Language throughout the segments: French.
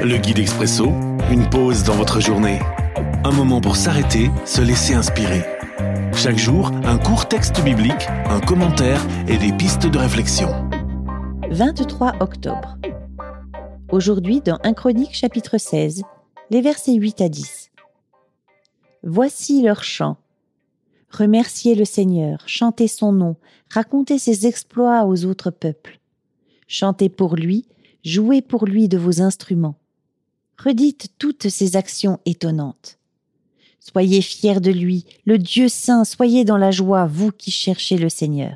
Le guide expresso, une pause dans votre journée. Un moment pour s'arrêter, se laisser inspirer. Chaque jour, un court texte biblique, un commentaire et des pistes de réflexion. 23 octobre. Aujourd'hui, dans 1 Chroniques chapitre 16, les versets 8 à 10. Voici leur chant. Remerciez le Seigneur, chantez son nom, racontez ses exploits aux autres peuples. Chantez pour lui, jouez pour lui de vos instruments. Redites toutes ses actions étonnantes. Soyez fiers de lui, le Dieu saint, soyez dans la joie, vous qui cherchez le Seigneur.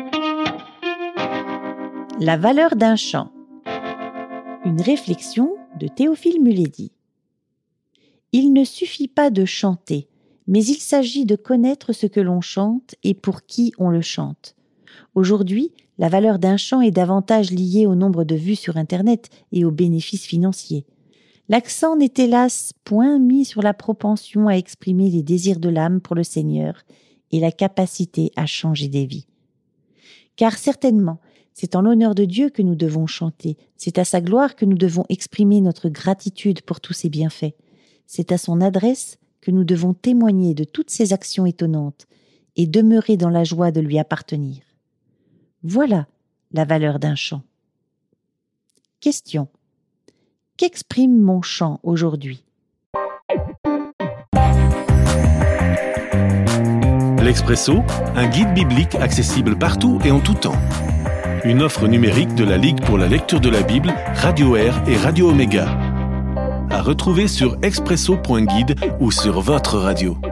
La valeur d'un chant. Une réflexion de Théophile Muledi. Il ne suffit pas de chanter, mais il s'agit de connaître ce que l'on chante et pour qui on le chante. Aujourd'hui, la valeur d'un chant est davantage liée au nombre de vues sur Internet et aux bénéfices financiers. L'accent n'est hélas point mis sur la propension à exprimer les désirs de l'âme pour le Seigneur et la capacité à changer des vies. Car certainement, c'est en l'honneur de Dieu que nous devons chanter, c'est à sa gloire que nous devons exprimer notre gratitude pour tous ses bienfaits. C'est à son adresse que nous devons témoigner de toutes ses actions étonnantes et demeurer dans la joie de lui appartenir. Voilà la valeur d'un chant. Question. Qu'exprime mon chant aujourd'hui ? L'Expresso, un guide biblique accessible partout et en tout temps. Une offre numérique de la Ligue pour la lecture de la Bible, Radio Air et Radio Omega. À retrouver sur expresso.guide ou sur votre radio.